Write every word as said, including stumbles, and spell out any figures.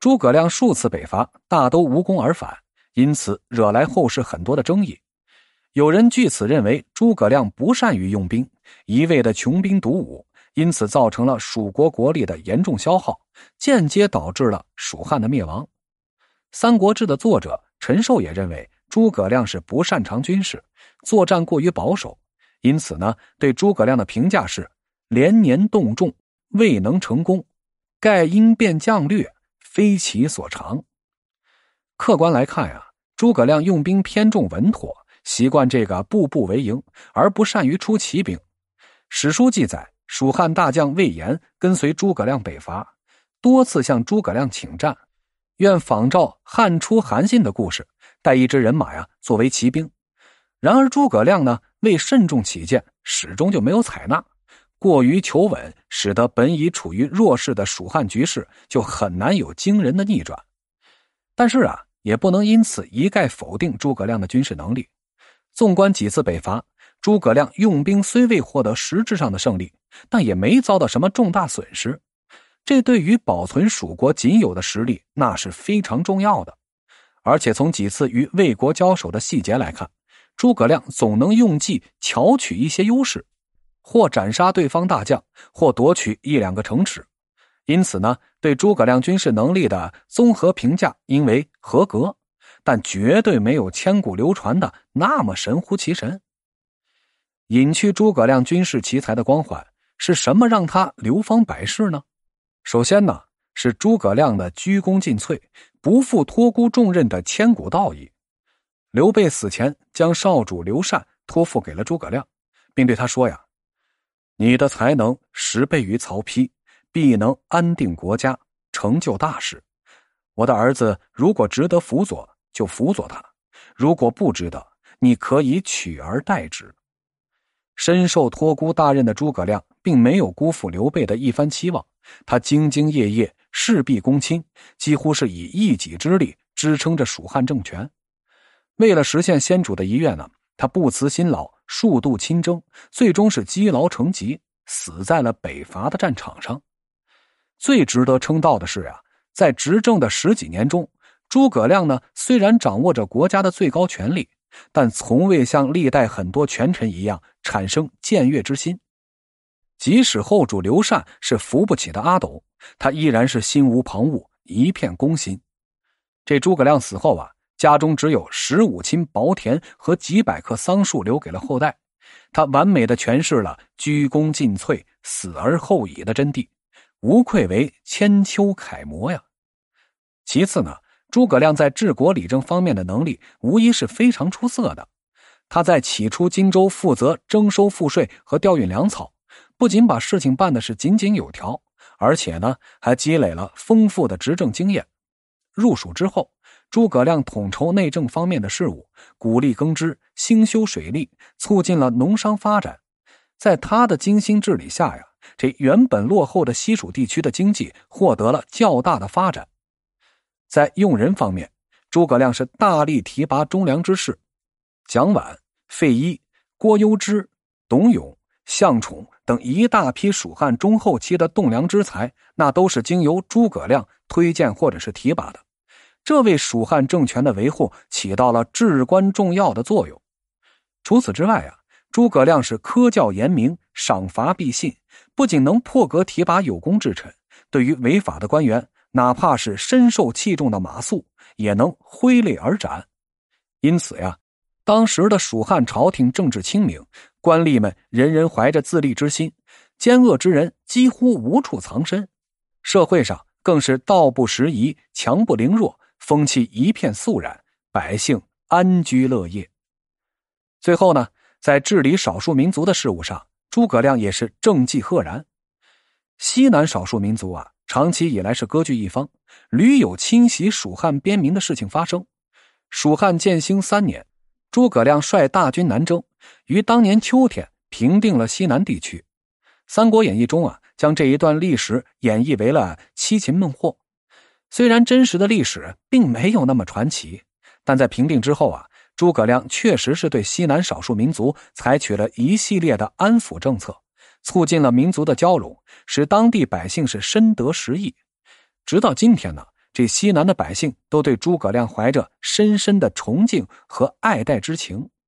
诸葛亮数次北伐，大都无功而返，因此惹来后世很多的争议。有人据此认为诸葛亮不善于用兵，一味的穷兵黩武，因此造成了蜀国国力的严重消耗，间接导致了蜀汉的灭亡。三国志的作者陈寿也认为诸葛亮是不擅长军事，作战过于保守，因此呢，对诸葛亮的评价是连年动众，未能成功，盖因变将略，非其所长。客观来看呀，诸葛亮用兵偏重稳妥，习惯这个步步为营，而不善于出奇兵。史书记载，蜀汉大将魏延跟随诸葛亮北伐，多次向诸葛亮请战，愿仿照汉初韩信的故事，带一支人马呀作为骑兵。然而诸葛亮呢，为慎重起见，始终就没有采纳，过于求稳，使得本已处于弱势的蜀汉局势就很难有惊人的逆转。但是啊，也不能因此一概否定诸葛亮的军事能力。纵观几次北伐，诸葛亮用兵虽未获得实质上的胜利，但也没遭到什么重大损失，这对于保存蜀国仅有的实力那是非常重要的。而且从几次与魏国交手的细节来看，诸葛亮总能用计巧取一些优势，或斩杀对方大将，或夺取一两个城池。因此呢，对诸葛亮军事能力的综合评价应为合格，但绝对没有千古流传的那么神乎其神。隐去诸葛亮军事奇才的光环，是什么让他流芳百世呢？首先呢，是诸葛亮的鞠躬尽瘁，不负托孤重任的千古道义。刘备死前将少主刘禅托付给了诸葛亮，并对他说呀：你的才能十倍于曹丕，必能安定国家，成就大事。我的儿子如果值得辅佐，就辅佐他；如果不值得，你可以取而代之。深受托孤大任的诸葛亮并没有辜负刘备的一番期望，他兢兢业业，事必躬亲，几乎是以一己之力支撑着蜀汉政权。为了实现先主的遗愿呢，他不辞辛劳，数度亲征，最终是积劳成疾，死在了北伐的战场上。最值得称道的是啊，在执政的十几年中，诸葛亮呢虽然掌握着国家的最高权力，但从未像历代很多权臣一样产生僭越之心。即使后主刘禅是扶不起的阿斗，他依然是心无旁骛，一片公心。这诸葛亮死后啊，家中只有十五顷薄田和几百棵桑树留给了后代，他完美的诠释了鞠躬尽瘁，死而后已的真谛，无愧为千秋楷模呀。其次呢，诸葛亮在治国理政方面的能力无疑是非常出色的。他在起初荆州负责征收赋税和调运粮草，不仅把事情办的是井井有条，而且呢还积累了丰富的执政经验。入蜀之后，诸葛亮统筹内政方面的事务，鼓励耕织，兴修水利，促进了农商发展。在他的精心治理下呀，这原本落后的西蜀地区的经济获得了较大的发展。在用人方面，诸葛亮是大力提拔忠良之士，蒋琬、费祎、郭攸之、董永、项宠等一大批蜀汉中后期的栋梁之才，那都是经由诸葛亮推荐或者是提拔的。这为蜀汉政权的维护起到了至关重要的作用。除此之外啊，诸葛亮是科教严明，赏罚必信，不仅能破格提拔有功之臣，对于违法的官员，哪怕是深受器重的马谡，也能挥泪而斩。因此呀，当时的蜀汉朝廷政治清明，官吏们人人怀着自立之心，奸恶之人几乎无处藏身，社会上更是道不拾遗，强不凌弱，风气一片肃然，百姓安居乐业。最后呢，在治理少数民族的事务上，诸葛亮也是政绩赫然。西南少数民族啊，长期以来是割据一方，屡有侵袭蜀汉边民的事情发生。蜀汉建兴三年，诸葛亮率大军南征，于当年秋天平定了西南地区。三国演义中啊，将这一段历史演绎为了七擒孟获。虽然真实的历史并没有那么传奇，但在平定之后啊，诸葛亮确实是对西南少数民族采取了一系列的安抚政策，促进了民族的交融，使当地百姓是深得实益。直到今天呢， 这西南的百姓都对诸葛亮怀着深深的崇敬和爱戴之情。